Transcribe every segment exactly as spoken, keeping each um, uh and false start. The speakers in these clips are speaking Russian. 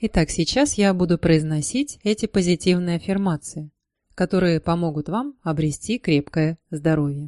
Итак, сейчас я буду произносить эти позитивные аффирмации, которые помогут вам обрести крепкое здоровье.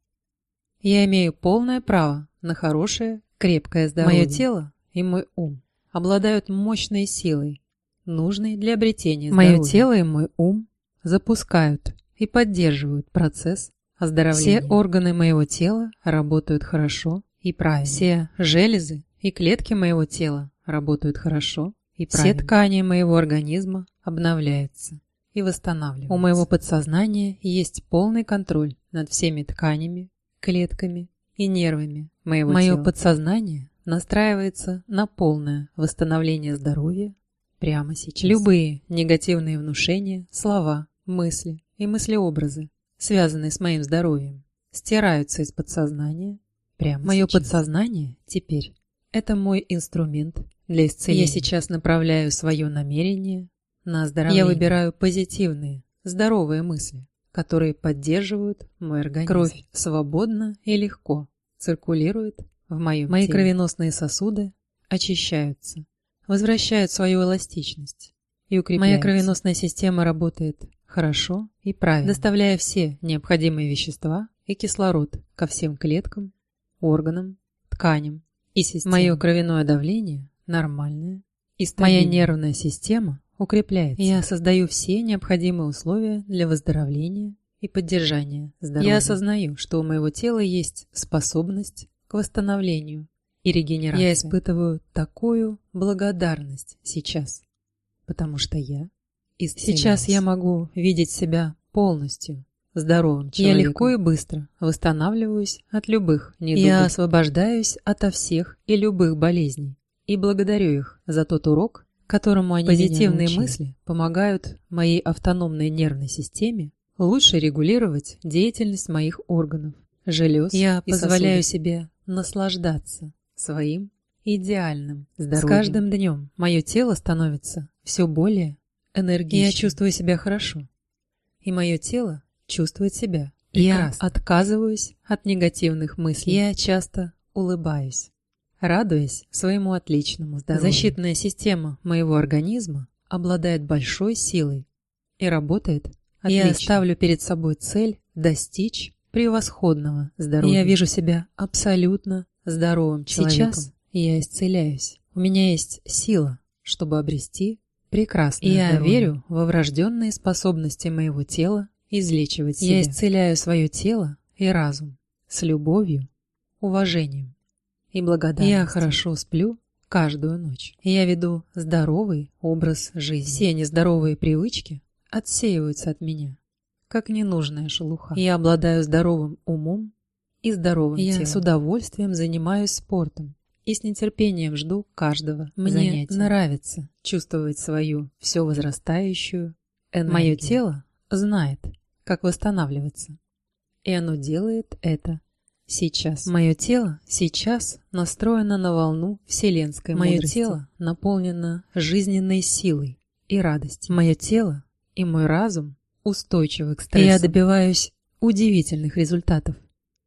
Я имею полное право на хорошее, крепкое здоровье. Мое тело и мой ум обладают мощной силой, нужной для обретения здоровья. Мое тело и мой ум запускают и поддерживают процесс оздоровления. Все органы моего тела работают хорошо и правильно. Все железы и клетки моего тела работают хорошо и правильно. Все ткани моего организма обновляются и восстанавливаются. У моего подсознания есть полный контроль над всеми тканями, клетками и нервами моего Мое тела. Мое подсознание настраивается на полное восстановление здоровья прямо сейчас. Любые негативные внушения, слова, мысли и мыслеобразы, связанные с моим здоровьем, стираются из подсознания прямо Мое сейчас. Мое подсознание теперь – это мой инструмент для исцеления. Я сейчас направляю свое намерение на оздоровление. Я выбираю позитивные, здоровые мысли, которые поддерживают мой организм. Кровь свободно и легко циркулирует в моем Мои теле. Кровеносные сосуды очищаются, возвращают свою эластичность и укрепляются. Моя кровеносная система работает хорошо и правильно, доставляя все необходимые вещества и кислород ко всем клеткам, органам, тканям и системам. Мое кровяное давление нормальное и стабильное. Моя нервная система укрепляется. Я создаю все необходимые условия для выздоровления и поддержания здоровья. Я осознаю, что у моего тела есть способность к восстановлению и регенерации. Я испытываю такую благодарность сейчас, потому что я исцеляюсь. Сейчас я могу видеть себя полностью здоровым человеком. Я легко и быстро восстанавливаюсь от любых недугов. Я освобождаюсь ото всех и любых болезней и благодарю их за тот урок, которому они Позитивные мысли помогают моей автономной нервной системе лучше регулировать деятельность моих органов, желез Я и позволяю сосудов. себе наслаждаться своим идеальным здоровьем. С каждым днем мое тело становится все более энергичным. Я чувствую себя хорошо, и мое тело чувствует себя прекрасно. Я отказываюсь от негативных мыслей. Я часто улыбаюсь, радуясь своему отличному здоровью. Защитная система моего организма обладает большой силой и работает отлично. Я ставлю перед собой цель достичь превосходного здоровья. Я вижу себя абсолютно здоровым человеком. Сейчас я исцеляюсь. У меня есть сила, чтобы обрести прекрасное я здоровье. Я верю во врожденные способности моего тела излечивать себя. Я исцеляю свое тело и разум с любовью, уважением и благодарностью. Я хорошо сплю каждую ночь. Я веду здоровый образ жизни. Все нездоровые привычки отсеиваются от меня, как ненужная шелуха. Я обладаю здоровым умом и здоровым я телом. Я с удовольствием занимаюсь спортом и с нетерпением жду каждого Мне занятия. Мне нравится чувствовать свою все возрастающую энергию. Мое тело знает, как восстанавливаться, и оно делает это сейчас. Мое тело сейчас настроено на волну вселенской Мое мудрости. Мое тело наполнено жизненной силой и радостью. Мое тело и мой разум устойчивы к стрессу. И я добиваюсь удивительных результатов,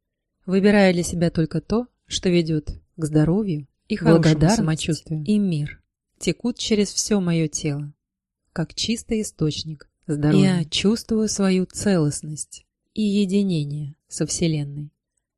выбирая для себя только то, что ведет к здоровью и хорошему самочувствию. И мир текут через все мое тело, как чистый источник здоровья. Я чувствую свою целостность и единение со Вселенной.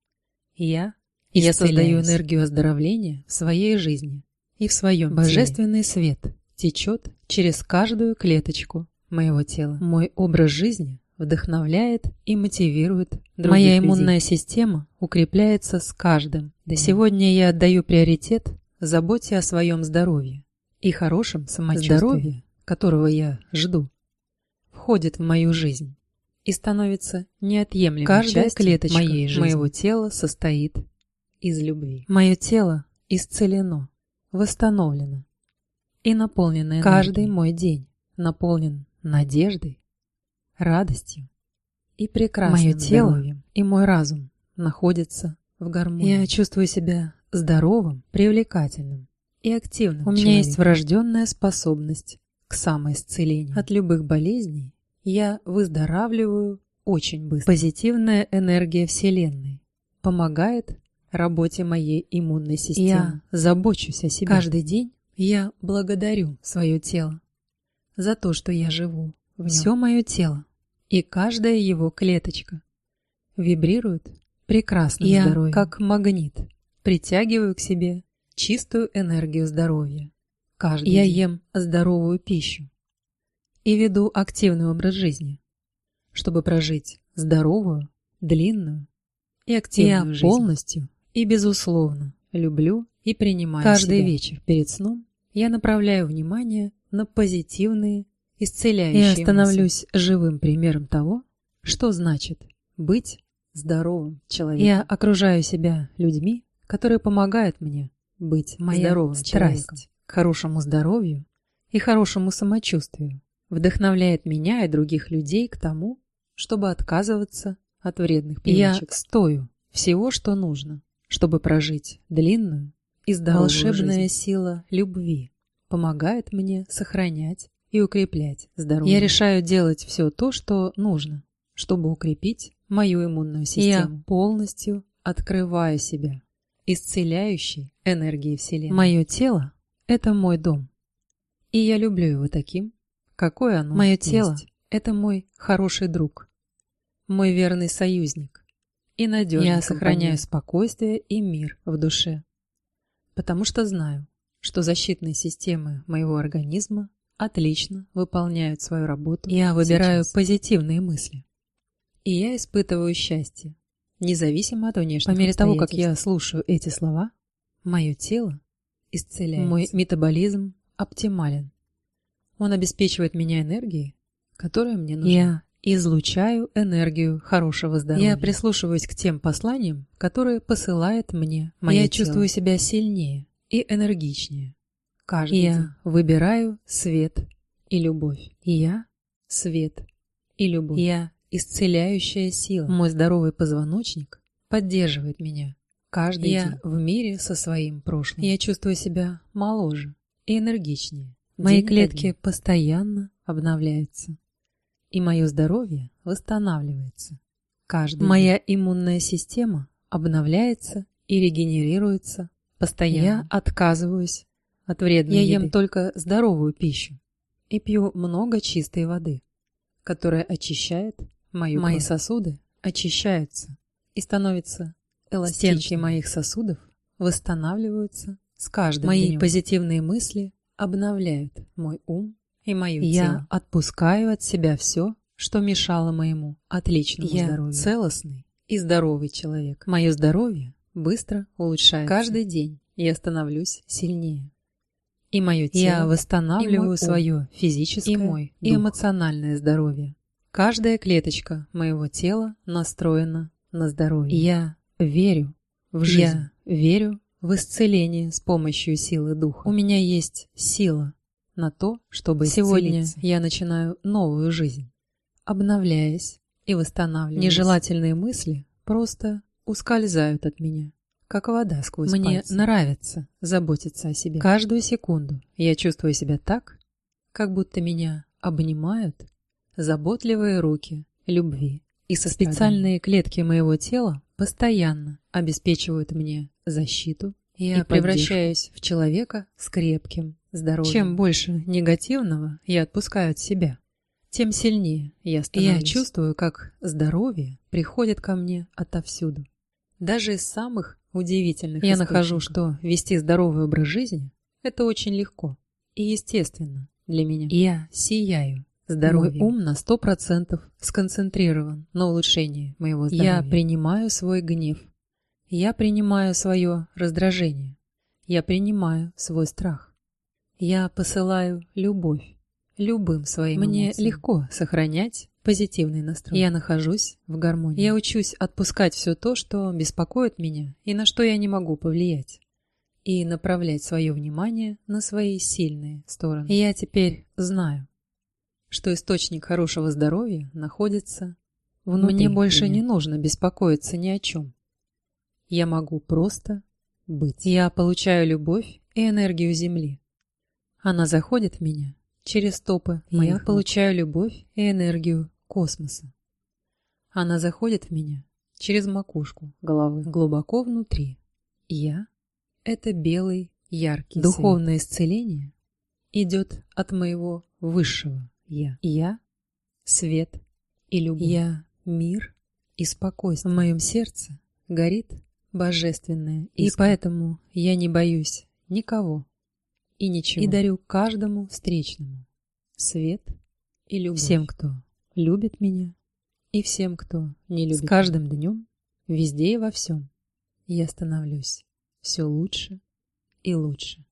Я, я создаю энергию оздоровления в своей жизни и в своем Божественный теле. Свет течет через каждую клеточку моего тела. Мой образ жизни вдохновляет и мотивирует других Моя иммунная людей. Система укрепляется с каждым. Да. Сегодня я отдаю приоритет заботе о своем здоровье и хорошем самочувствии. Здоровье, которого я жду, входит в мою жизнь и становится неотъемлемой Каждая частью клеточка моей жизни. Моего тела состоит из любви. Мое тело исцелено, восстановлено и наполнено энергией. Каждый мой день наполнен надеждой, радостью и прекрасным Мое тело здоровьем. И мой разум находятся в гармонии. Я чувствую себя здоровым, привлекательным и активным. У человеком. Меня есть врожденная способность к самоисцелению. От любых болезней я выздоравливаю очень быстро. Позитивная энергия Вселенной помогает работе моей иммунной системы. Я забочусь о себе. Каждый день Я благодарю свое тело за то, что я живу в нем. Все мое тело и каждая его клеточка вибрирует прекрасным Я, здоровьем. Как магнит, притягиваю к себе чистую энергию здоровья. Каждый Я день. ем здоровую пищу и веду активный образ жизни, чтобы прожить здоровую, длинную и активную Я жизнь. полностью И, безусловно, люблю и принимаю Каждый себя. вечер перед сном я направляю внимание на позитивные, исцеляющие Я становлюсь мысли. живым примером того, что значит быть здоровым человеком. Я окружаю себя людьми, которые помогают мне быть Моя здоровым страсть человеком. К хорошему здоровью и хорошему самочувствию вдохновляет меня и других людей к тому, чтобы отказываться от вредных привычек. Я стою всего, что нужно, чтобы прожить длинную и здоровую Волшебная жизнь. сила любви помогает мне сохранять и укреплять здоровье. Я решаю делать все то, что нужно, чтобы укрепить мою иммунную систему. Я полностью открываю себя исцеляющей энергией Вселенной. Мое тело – это мой дом, и я люблю его таким, какое оно Мое есть. тело – это мой хороший друг, мой верный союзник и надежный Я компаньон. Сохраняю сохраняю спокойствие и мир в душе, потому что знаю, что защитные системы моего организма отлично выполняют свою работу. Я выбираю сейчас. позитивные мысли, и я испытываю счастье, независимо от внешних По мере того, как обстоятельств. Я слушаю эти слова, мое тело исцеляется. Мой метаболизм оптимален. Он обеспечивает меня энергией, которая мне нужна. Я излучаю энергию хорошего здоровья. Я прислушиваюсь к тем посланиям, которые посылает мне мое Я тело. чувствую себя сильнее и энергичнее. Каждый Я день выбираю свет и любовь. Я – свет и любовь. Я исцеляющая сила. Мой здоровый позвоночник поддерживает меня каждый Я день в мире со своим прошлым. Я чувствую себя моложе и энергичнее. Мои День ото клетки дня постоянно обновляются, и мое здоровье восстанавливается. Каждый Моя день. иммунная система обновляется и регенерируется постоянно. Я отказываюсь от вредной Я еды. ем только здоровую пищу и пью много чистой воды, которая очищает мою Мои кровь. сосуды очищаются и становятся эластичными. Стенки моих сосудов восстанавливаются с каждым Мои днем. позитивные мысли обновляют мой ум и мое Я тело. Отпускаю от себя все, что мешало моему отличному Я здоровью. Целостный и здоровый человек. Мое здоровье быстро улучшается. Каждый день я становлюсь сильнее. И мое тело Я восстанавливаю ум, свое физическое и мой и дух. эмоциональное здоровье. Каждая клеточка моего тела настроена на здоровье. Я верю в жизнь. Я верю в исцеление с помощью силы духа. У меня есть сила на то, чтобы Сегодня исцелиться. Я начинаю новую жизнь, обновляясь и восстанавливаясь. Нежелательные мысли просто ускользают от меня, как вода сквозь Мне пальцы. нравится заботиться о себе. Каждую секунду я чувствую себя так, как будто меня обнимают заботливые руки любви. И со специальные клетки моего тела постоянно обеспечивают мне защиту. Я и превращаюсь в человека с крепким здоровьем. Чем больше негативного я отпускаю от себя, тем сильнее я становлюсь. Я чувствую, как здоровье приходит ко мне отовсюду. Даже из самых удивительных Я нахожу, что вести здоровый образ жизни – это очень легко и естественно для меня. Я сияю здоровьем. Мой ум на сто процентов сконцентрирован на улучшении моего здоровья. Я принимаю свой гнев. Я принимаю свое раздражение. Я принимаю свой страх. Я посылаю любовь любым своим Мне эмоциям. легко сохранять позитивный настрой. Я нахожусь в гармонии. Я учусь отпускать все то, что беспокоит меня и на что я не могу повлиять, и направлять свое внимание на свои сильные стороны. И я теперь знаю, что источник хорошего здоровья находится внутри. Мне больше меня. не нужно беспокоиться ни о чем. Я могу просто быть. Я получаю любовь и энергию Земли. Она заходит в меня через стопы. Я ног. получаю любовь и энергию космоса. Она заходит в меня через макушку головы, глубоко внутри. Я – это белый яркий Духовное свет. Исцеление идет от моего высшего Я. Я — свет и любовь. Я — мир и спокойствие. В моем сердце горит божественное искра. И поэтому я не боюсь никого и ничего. И дарю каждому встречному свет и любовь. Всем, кто любит меня, и всем, кто не любит. С каждым днем, везде и во всем, я становлюсь все лучше и лучше.